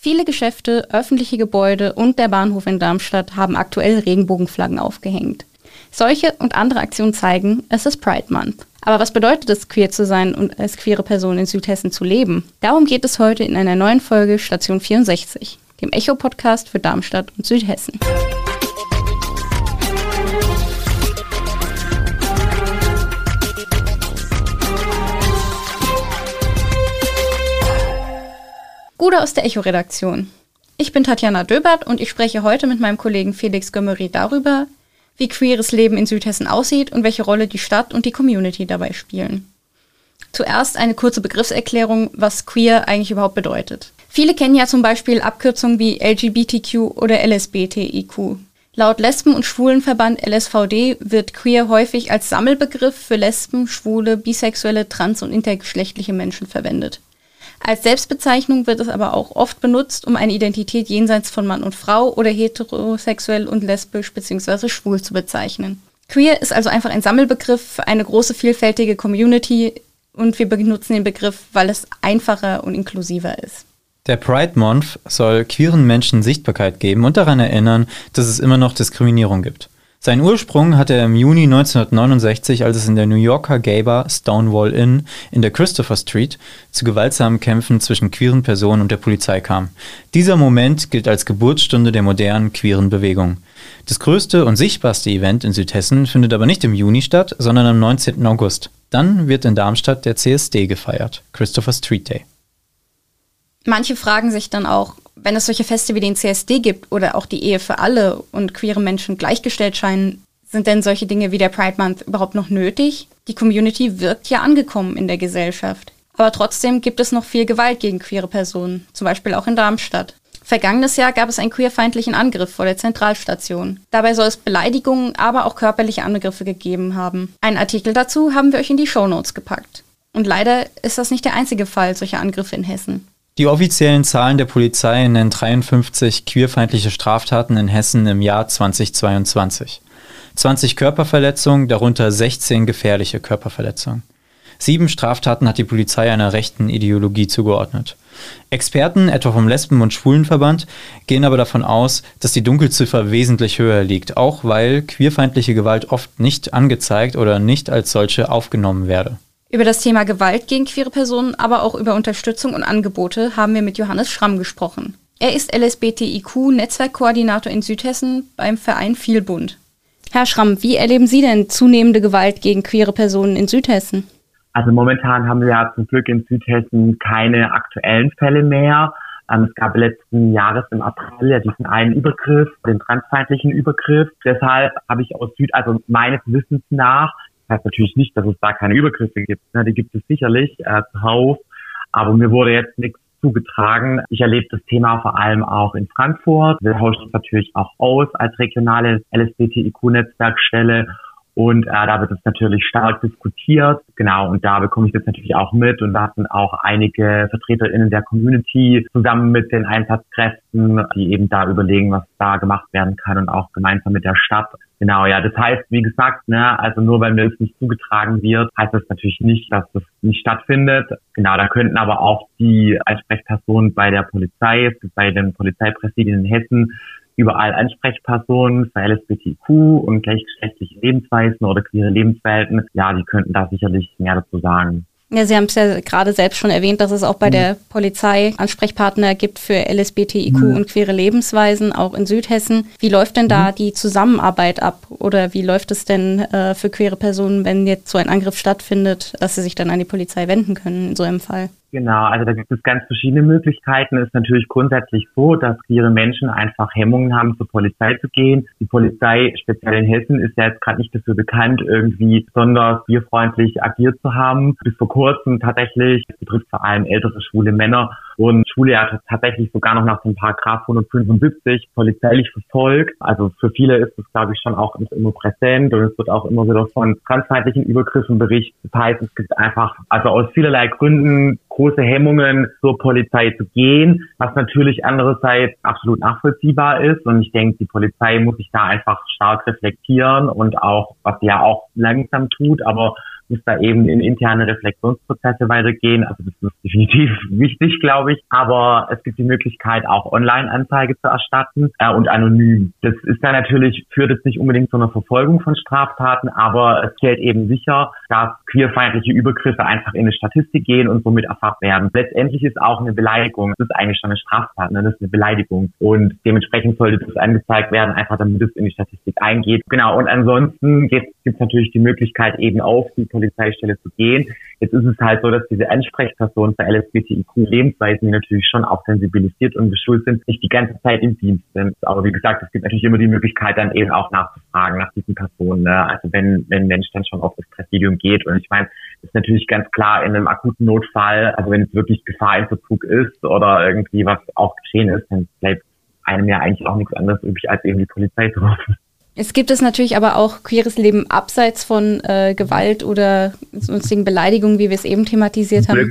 Viele Geschäfte, öffentliche Gebäude und der Bahnhof in Darmstadt haben aktuell Regenbogenflaggen aufgehängt. Solche und andere Aktionen zeigen, es ist Pride Month. Aber was bedeutet es, queer zu sein und als queere Person in Südhessen zu leben? Darum geht es heute in einer neuen Folge Station 64, dem Echo-Podcast für Darmstadt und Südhessen. Gude aus der Echo-Redaktion. Ich bin Tatjana Döbert und ich spreche heute mit meinem Kollegen Felix Gömmery darüber, wie queeres Leben in Südhessen aussieht und welche Rolle die Stadt und die Community dabei spielen. Zuerst eine kurze Begriffserklärung, was queer eigentlich überhaupt bedeutet. Viele kennen ja zum Beispiel Abkürzungen wie LGBTQ oder LSBTIQ. Laut Lesben- und Schwulenverband LSVD wird queer häufig als Sammelbegriff für Lesben, Schwule, bisexuelle, trans- und intergeschlechtliche Menschen verwendet. Als Selbstbezeichnung wird es aber auch oft benutzt, um eine Identität jenseits von Mann und Frau oder heterosexuell und lesbisch bzw. schwul zu bezeichnen. Queer ist also einfach ein Sammelbegriff für eine große, vielfältige Community und wir benutzen den Begriff, weil es einfacher und inklusiver ist. Der Pride Month soll queeren Menschen Sichtbarkeit geben und daran erinnern, dass es immer noch Diskriminierung gibt. Seinen Ursprung hatte er im Juni 1969, als es in der New Yorker Gay-Bar Stonewall Inn in der Christopher Street zu gewaltsamen Kämpfen zwischen queeren Personen und der Polizei kam. Dieser Moment gilt als Geburtsstunde der modernen queeren Bewegung. Das größte und sichtbarste Event in Südhessen findet aber nicht im Juni statt, sondern am 19. August. Dann wird in Darmstadt der CSD gefeiert, Christopher Street Day. Manche fragen sich dann auch, wenn es solche Feste wie den CSD gibt oder auch die Ehe für alle und queere Menschen gleichgestellt scheinen, sind denn solche Dinge wie der Pride Month überhaupt noch nötig? Die Community wirkt ja angekommen in der Gesellschaft. Aber trotzdem gibt es noch viel Gewalt gegen queere Personen, zum Beispiel auch in Darmstadt. Vergangenes Jahr gab es einen queerfeindlichen Angriff vor der Zentralstation. Dabei soll es Beleidigungen, aber auch körperliche Angriffe gegeben haben. Einen Artikel dazu haben wir euch in die Shownotes gepackt. Und leider ist das nicht der einzige Fall solcher Angriffe in Hessen. Die offiziellen Zahlen der Polizei nennen 53 queerfeindliche Straftaten in Hessen im Jahr 2022. 20 Körperverletzungen, darunter 16 gefährliche Körperverletzungen. 7 Straftaten hat die Polizei einer rechten Ideologie zugeordnet. Experten, etwa vom Lesben- und Schwulenverband, gehen aber davon aus, dass die Dunkelziffer wesentlich höher liegt, auch weil queerfeindliche Gewalt oft nicht angezeigt oder nicht als solche aufgenommen werde. Über das Thema Gewalt gegen queere Personen, aber auch über Unterstützung und Angebote haben wir mit Johannes Schramm gesprochen. Er ist LSBTIQ-Netzwerkkoordinator in Südhessen beim Verein Vielbund. Herr Schramm, wie erleben Sie denn zunehmende Gewalt gegen queere Personen in Südhessen? Also momentan haben wir ja zum Glück in Südhessen keine aktuellen Fälle mehr. Es gab letzten Jahres im April ja diesen einen Übergriff, den transfeindlichen Übergriff. Deshalb habe ich meines Wissens nach, das heißt natürlich nicht, dass es da keine Übergriffe gibt. Die gibt es sicherlich zuhauf, aber mir wurde jetzt nichts zugetragen. Ich erlebe das Thema vor allem auch in Frankfurt. Wir tauschen uns natürlich auch aus als regionale LSBTIQ-Netzwerkstelle und da wird es natürlich stark diskutiert. Genau, und da bekomme ich das natürlich auch mit und da hatten auch einige VertreterInnen der Community zusammen mit den Einsatzkräften, die eben da überlegen, was da gemacht werden kann und auch gemeinsam mit der Stadt. Genau, ja, das heißt, wie gesagt, also nur weil mir das nicht zugetragen wird, heißt das natürlich nicht, dass das nicht stattfindet. Genau, da könnten aber auch die Ansprechpersonen bei der Polizei, bei den Polizeipräsidien in Hessen, überall Ansprechpersonen für LSBTQ und gleichgeschlechtliche Lebensweisen oder queere Lebenswelten. Ja, die könnten da sicherlich mehr dazu sagen. Ja, Sie haben es ja gerade selbst schon erwähnt, dass es auch bei der Polizei Ansprechpartner gibt für LSBTIQ und queere Lebensweisen, auch in Südhessen. Wie läuft denn da die Zusammenarbeit ab? Oder wie läuft es denn für queere Personen, wenn jetzt so ein Angriff stattfindet, dass sie sich dann an die Polizei wenden können in so einem Fall? Genau, also da gibt es ganz verschiedene Möglichkeiten. Es ist natürlich grundsätzlich so, dass queere Menschen einfach Hemmungen haben, zur Polizei zu gehen. Die Polizei, speziell in Hessen, ist ja jetzt gerade nicht dafür bekannt, irgendwie besonders queerfreundlich agiert zu haben. Bis vor kurzem tatsächlich, das betrifft vor allem ältere schwule Männer, und Schwule ja tatsächlich sogar noch nach dem Paragraph 175 polizeilich verfolgt. Also für viele ist das, glaube ich, schon auch immer präsent und es wird auch immer wieder von transfeindlichen Übergriffen berichtet. Das heißt, es gibt einfach, also aus vielerlei Gründen, große Hemmungen, zur Polizei zu gehen, was natürlich andererseits absolut nachvollziehbar ist. Und ich denke, die Polizei muss sich da einfach stark reflektieren und auch, was sie ja auch langsam tut, aber muss da eben in interne Reflexionsprozesse weitergehen. Also das ist definitiv wichtig, glaube ich. Aber es gibt die Möglichkeit, auch Online-Anzeige zu erstatten und anonym. Das ist dann natürlich, führt es nicht unbedingt zu einer Verfolgung von Straftaten, aber es stellt eben sicher, dass queerfeindliche Übergriffe einfach in eine Statistik gehen und somit erfasst werden. Letztendlich ist auch eine Beleidigung, das ist eigentlich schon eine Straftat, ne? Das ist eine Beleidigung. Und dementsprechend sollte das angezeigt werden, einfach damit es in die Statistik eingeht. Genau, und ansonsten gibt es natürlich die Möglichkeit, eben auf die Polizeistelle zu gehen. Jetzt ist es halt so, dass diese Ansprechpersonen für LSBTIQ-Lebensweisen, die natürlich schon auch sensibilisiert und geschult sind, nicht die ganze Zeit im Dienst sind. Aber wie gesagt, es gibt natürlich immer die Möglichkeit, dann eben auch nachzufragen nach diesen Personen. Ne? Also wenn ein Mensch dann schon auf das Präsidium geht. Und ich meine, das ist natürlich ganz klar in einem akuten Notfall, also wenn es wirklich Gefahr im Verzug ist oder irgendwie was auch geschehen ist, dann bleibt einem ja eigentlich auch nichts anderes übrig, als eben die Polizei zu rufen. Es gibt es natürlich aber auch queeres Leben abseits von Gewalt oder sonstigen Beleidigungen, wie wir es eben thematisiert haben.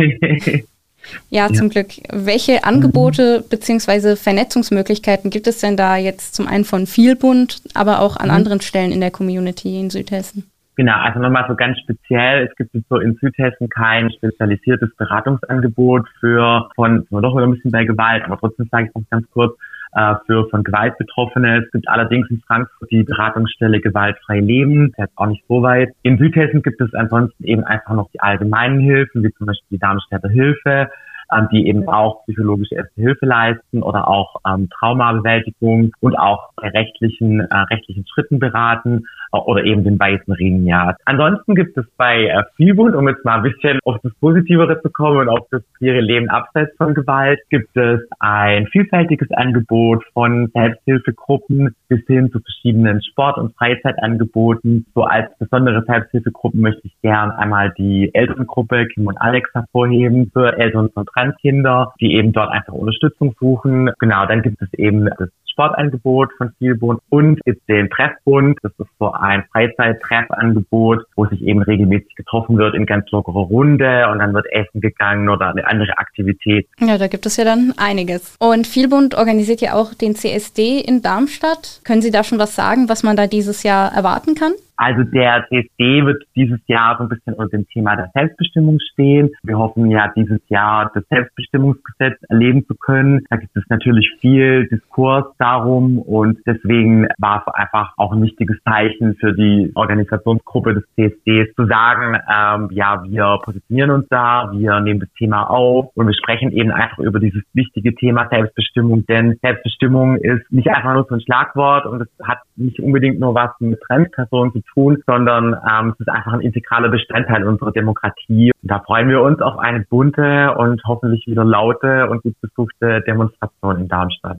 Ja, zum Glück. Welche Angebote bzw. Vernetzungsmöglichkeiten gibt es denn da jetzt zum einen von Vielbund, aber auch an anderen Stellen in der Community in Südhessen? Genau, also nochmal so ganz speziell, es gibt jetzt so in Südhessen kein spezialisiertes Beratungsangebot sind wir doch wieder ein bisschen bei Gewalt, aber trotzdem sage ich noch ganz kurz, für von Gewalt Betroffene. Es gibt allerdings in Frankfurt die Beratungsstelle Gewaltfrei Leben, der ist auch nicht so weit. In Südhessen gibt es ansonsten eben einfach noch die allgemeinen Hilfen, wie zum Beispiel die Darmstädter Hilfe, die eben auch psychologische Erste Hilfe leisten oder auch Traumabewältigung und auch bei rechtlichen Schritten beraten oder eben den Weißen Ring, ja. Ansonsten gibt es bei Vielbund, um jetzt mal ein bisschen auf das Positivere zu kommen und auf das queere Leben abseits von Gewalt, gibt es ein vielfältiges Angebot von Selbsthilfegruppen bis hin zu verschiedenen Sport- und Freizeitangeboten. So als besondere Selbsthilfegruppen möchte ich gern einmal die Elterngruppe Kim und Alex hervorheben für Eltern von Transkinder, die eben dort einfach Unterstützung suchen. Genau, dann gibt es eben das Sportangebot von Vielbund und ist den Treffbund. Das ist so ein Freizeit-Treffangebot, wo sich eben regelmäßig getroffen wird in ganz lockerer Runde und dann wird essen gegangen oder eine andere Aktivität. Ja, da gibt es ja dann einiges. Und Vielbund organisiert ja auch den CSD in Darmstadt. Können Sie da schon was sagen, was man da dieses Jahr erwarten kann? Also der CSD wird dieses Jahr so ein bisschen unter dem Thema der Selbstbestimmung stehen. Wir hoffen ja dieses Jahr das Selbstbestimmungsgesetz erleben zu können. Da gibt es natürlich viel Diskurs darum und deswegen war es einfach auch ein wichtiges Zeichen für die Organisationsgruppe des CSDs zu sagen, ja, wir positionieren uns da, wir nehmen das Thema auf und wir sprechen eben einfach über dieses wichtige Thema Selbstbestimmung, denn Selbstbestimmung ist nicht einfach nur so ein Schlagwort und es hat nicht unbedingt nur was mit Transpersonen zu tun, sondern es ist einfach ein integraler Bestandteil unserer Demokratie. Und da freuen wir uns auf eine bunte und hoffentlich wieder laute und gut besuchte Demonstration in Darmstadt.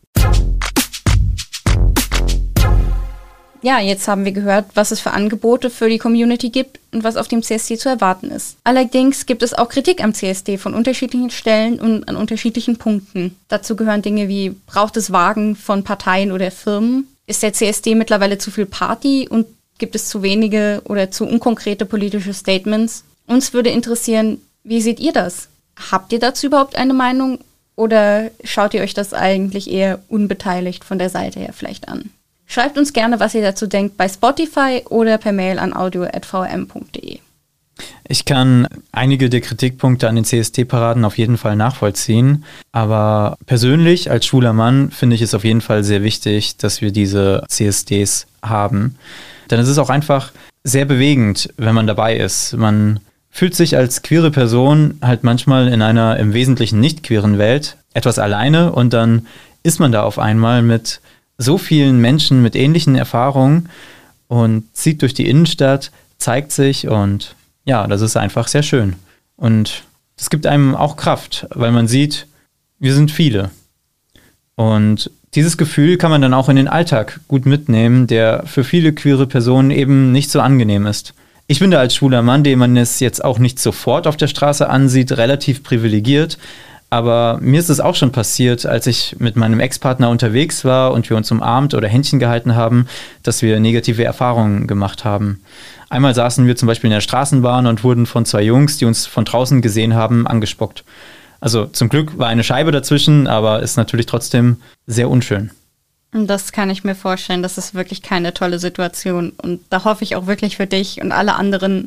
Ja, jetzt haben wir gehört, was es für Angebote für die Community gibt und was auf dem CSD zu erwarten ist. Allerdings gibt es auch Kritik am CSD von unterschiedlichen Stellen und an unterschiedlichen Punkten. Dazu gehören Dinge wie, braucht es Wagen von Parteien oder Firmen? Ist der CSD mittlerweile zu viel Party und gibt es zu wenige oder zu unkonkrete politische Statements? Uns würde interessieren, wie seht ihr das? Habt ihr dazu überhaupt eine Meinung oder schaut ihr euch das eigentlich eher unbeteiligt von der Seite her vielleicht an? Schreibt uns gerne, was ihr dazu denkt, bei Spotify oder per Mail an audio@vrm.de. Ich kann einige der Kritikpunkte an den CSD-Paraden auf jeden Fall nachvollziehen, aber persönlich als schwuler Mann finde ich es auf jeden Fall sehr wichtig, dass wir diese CSDs haben. Denn es ist auch einfach sehr bewegend, wenn man dabei ist. Man fühlt sich als queere Person halt manchmal in einer im Wesentlichen nicht queeren Welt etwas alleine und dann ist man da auf einmal mit so vielen Menschen mit ähnlichen Erfahrungen und zieht durch die Innenstadt, zeigt sich und ja, das ist einfach sehr schön. Und das gibt einem auch Kraft, weil man sieht, wir sind viele. Und dieses Gefühl kann man dann auch in den Alltag gut mitnehmen, der für viele queere Personen eben nicht so angenehm ist. Ich bin da als schwuler Mann, dem man es jetzt auch nicht sofort auf der Straße ansieht, relativ privilegiert. Aber mir ist es auch schon passiert, als ich mit meinem Ex-Partner unterwegs war und wir uns umarmt oder Händchen gehalten haben, dass wir negative Erfahrungen gemacht haben. Einmal saßen wir zum Beispiel in der Straßenbahn und wurden von 2 Jungs, die uns von draußen gesehen haben, angespuckt. Also zum Glück war eine Scheibe dazwischen, aber ist natürlich trotzdem sehr unschön. Das kann ich mir vorstellen. Das ist wirklich keine tolle Situation. Und da hoffe ich auch wirklich für dich und alle anderen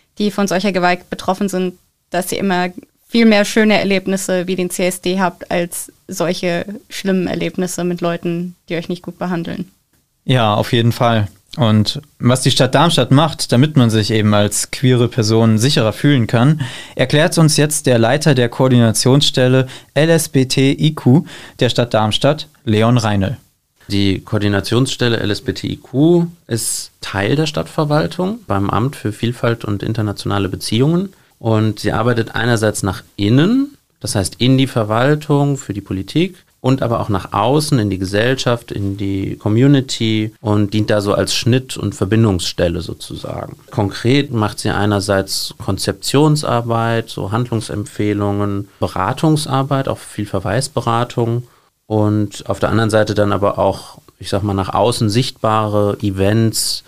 die von solcher Gewalt betroffen sind, dass ihr immer viel mehr schöne Erlebnisse wie den CSD habt, als solche schlimmen Erlebnisse mit Leuten, die euch nicht gut behandeln. Ja, auf jeden Fall. Und was die Stadt Darmstadt macht, damit man sich eben als queere Person sicherer fühlen kann, erklärt uns jetzt der Leiter der Koordinationsstelle LSBTIQ der Stadt Darmstadt, Leon Reinl. Die Koordinationsstelle LSBTIQ ist Teil der Stadtverwaltung beim Amt für Vielfalt und internationale Beziehungen. Und sie arbeitet einerseits nach innen, das heißt in die Verwaltung, für die Politik, und aber auch nach außen, in die Gesellschaft, in die Community und dient da so als Schnitt- und Verbindungsstelle sozusagen. Konkret macht sie einerseits Konzeptionsarbeit, so Handlungsempfehlungen, Beratungsarbeit, auch viel Verweisberatung und auf der anderen Seite dann aber auch, ich sag mal, nach außen sichtbare Events,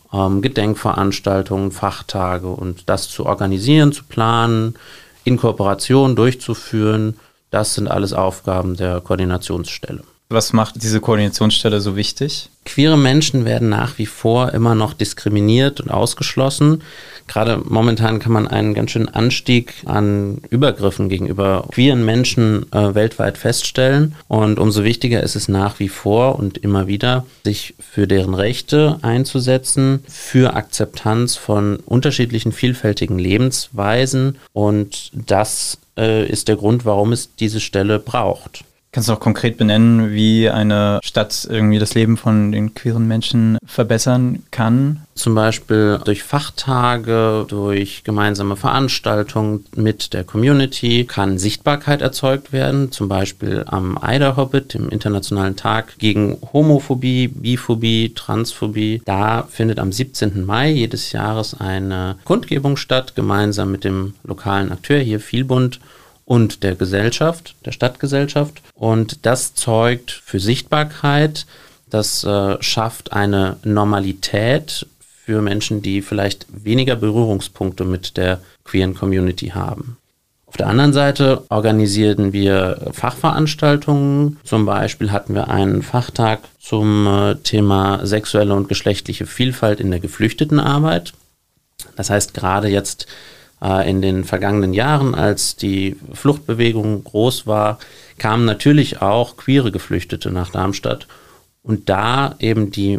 Gedenkveranstaltungen, Fachtage und das zu organisieren, zu planen, in Kooperation durchzuführen. Das sind alles Aufgaben der Koordinationsstelle. Was macht diese Koordinationsstelle so wichtig? Queere Menschen werden nach wie vor immer noch diskriminiert und ausgeschlossen. Gerade momentan kann man einen ganz schönen Anstieg an Übergriffen gegenüber queeren Menschen weltweit feststellen. Und umso wichtiger ist es nach wie vor und immer wieder, sich für deren Rechte einzusetzen, für Akzeptanz von unterschiedlichen, vielfältigen Lebensweisen. Und das ist der Grund, warum es diese Stelle braucht. Kannst du auch konkret benennen, wie eine Stadt irgendwie das Leben von den queeren Menschen verbessern kann? Zum Beispiel durch Fachtage, durch gemeinsame Veranstaltungen mit der Community kann Sichtbarkeit erzeugt werden. Zum Beispiel am Eiderhobbit, dem Internationalen Tag gegen Homophobie, Biphobie, Transphobie. Da findet am 17. Mai jedes Jahres eine Kundgebung statt, gemeinsam mit dem lokalen Akteur hier Vielbund und der Gesellschaft, der Stadtgesellschaft. Und das zeugt für Sichtbarkeit, das schafft eine Normalität für Menschen, die vielleicht weniger Berührungspunkte mit der queeren Community haben. Auf der anderen Seite organisierten wir Fachveranstaltungen. Zum Beispiel hatten wir einen Fachtag zum Thema sexuelle und geschlechtliche Vielfalt in der Geflüchtetenarbeit. Das heißt, gerade jetzt in den vergangenen Jahren, als die Fluchtbewegung groß war, kamen natürlich auch queere Geflüchtete nach Darmstadt und da eben die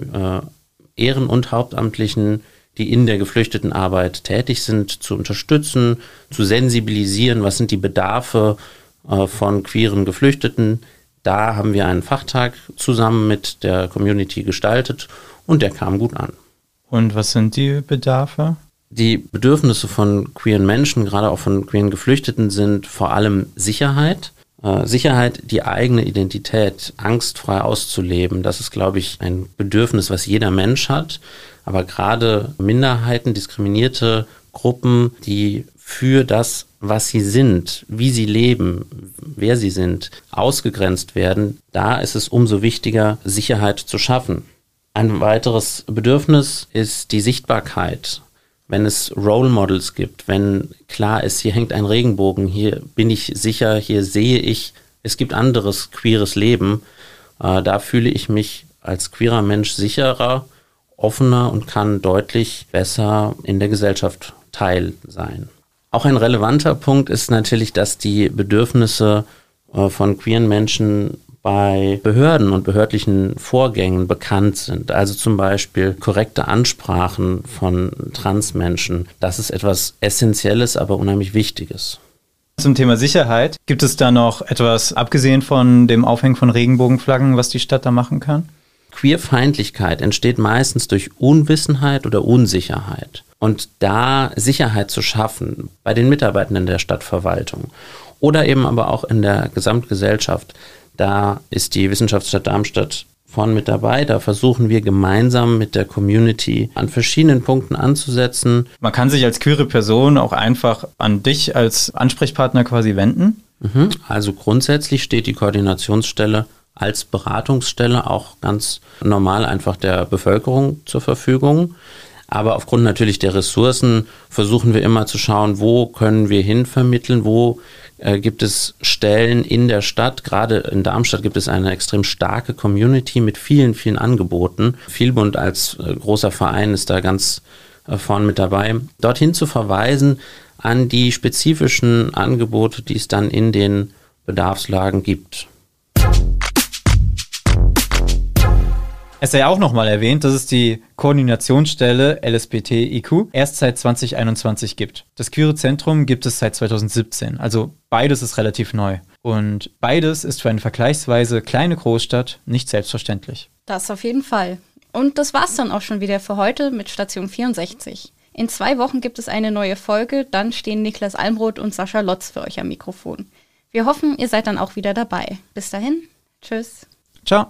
Ehren- und Hauptamtlichen, die in der Geflüchtetenarbeit tätig sind, zu unterstützen, zu sensibilisieren, was sind die Bedarfe von queeren Geflüchteten. Da haben wir einen Fachtag zusammen mit der Community gestaltet und der kam gut an. Und was sind die Bedarfe? Die Bedürfnisse von queeren Menschen, gerade auch von queeren Geflüchteten, sind vor allem Sicherheit. Sicherheit, die eigene Identität angstfrei auszuleben. Das ist, glaube ich, ein Bedürfnis, was jeder Mensch hat. Aber gerade Minderheiten, diskriminierte Gruppen, die für das, was sie sind, wie sie leben, wer sie sind, ausgegrenzt werden, da ist es umso wichtiger, Sicherheit zu schaffen. Ein weiteres Bedürfnis ist die Sichtbarkeit. Wenn es Role Models gibt, wenn klar ist, hier hängt ein Regenbogen, hier bin ich sicher, hier sehe ich, es gibt anderes queeres Leben, da fühle ich mich als queerer Mensch sicherer, offener und kann deutlich besser in der Gesellschaft Teil sein. Auch ein relevanter Punkt ist natürlich, dass die Bedürfnisse von queeren Menschen bei Behörden und behördlichen Vorgängen bekannt sind. Also zum Beispiel korrekte Ansprachen von Transmenschen. Das ist etwas Essentielles, aber unheimlich Wichtiges. Zum Thema Sicherheit, gibt es da noch etwas, abgesehen von dem Aufhängen von Regenbogenflaggen, was die Stadt da machen kann? Queerfeindlichkeit entsteht meistens durch Unwissenheit oder Unsicherheit. Und da Sicherheit zu schaffen bei den Mitarbeitenden der Stadtverwaltung oder eben aber auch in der Gesamtgesellschaft, da ist die Wissenschaftsstadt Darmstadt vorn mit dabei. Da versuchen wir gemeinsam mit der Community an verschiedenen Punkten anzusetzen. Man kann sich als queere Person auch einfach an dich als Ansprechpartner quasi wenden? Also grundsätzlich steht die Koordinationsstelle als Beratungsstelle auch ganz normal einfach der Bevölkerung zur Verfügung. Aber aufgrund natürlich der Ressourcen versuchen wir immer zu schauen, wo können wir hinvermitteln, wo gibt es Stellen in der Stadt. Gerade in Darmstadt gibt es eine extrem starke Community mit vielen, vielen Angeboten. Vielbund als großer Verein ist da ganz vorne mit dabei, dorthin zu verweisen an die spezifischen Angebote, die es dann in den Bedarfslagen gibt. Es sei auch nochmal erwähnt, dass es die Koordinationsstelle LSBTIQ erst seit 2021 gibt. Das Queere Zentrum gibt es seit 2017, also beides ist relativ neu. Und beides ist für eine vergleichsweise kleine Großstadt nicht selbstverständlich. Das auf jeden Fall. Und das war's dann auch schon wieder für heute mit Station 64. In 2 Wochen gibt es eine neue Folge, dann stehen Niklas Almroth und Sascha Lotz für euch am Mikrofon. Wir hoffen, ihr seid dann auch wieder dabei. Bis dahin, tschüss. Ciao.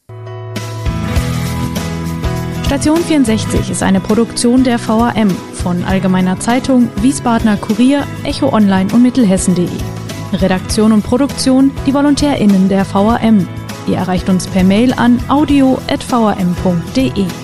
Station 64 ist eine Produktion der VRM von Allgemeiner Zeitung, Wiesbadener Kurier, Echo Online und Mittelhessen.de. Redaktion und Produktion die VolontärInnen der VRM. Ihr erreicht uns per Mail an audio@vrm.de.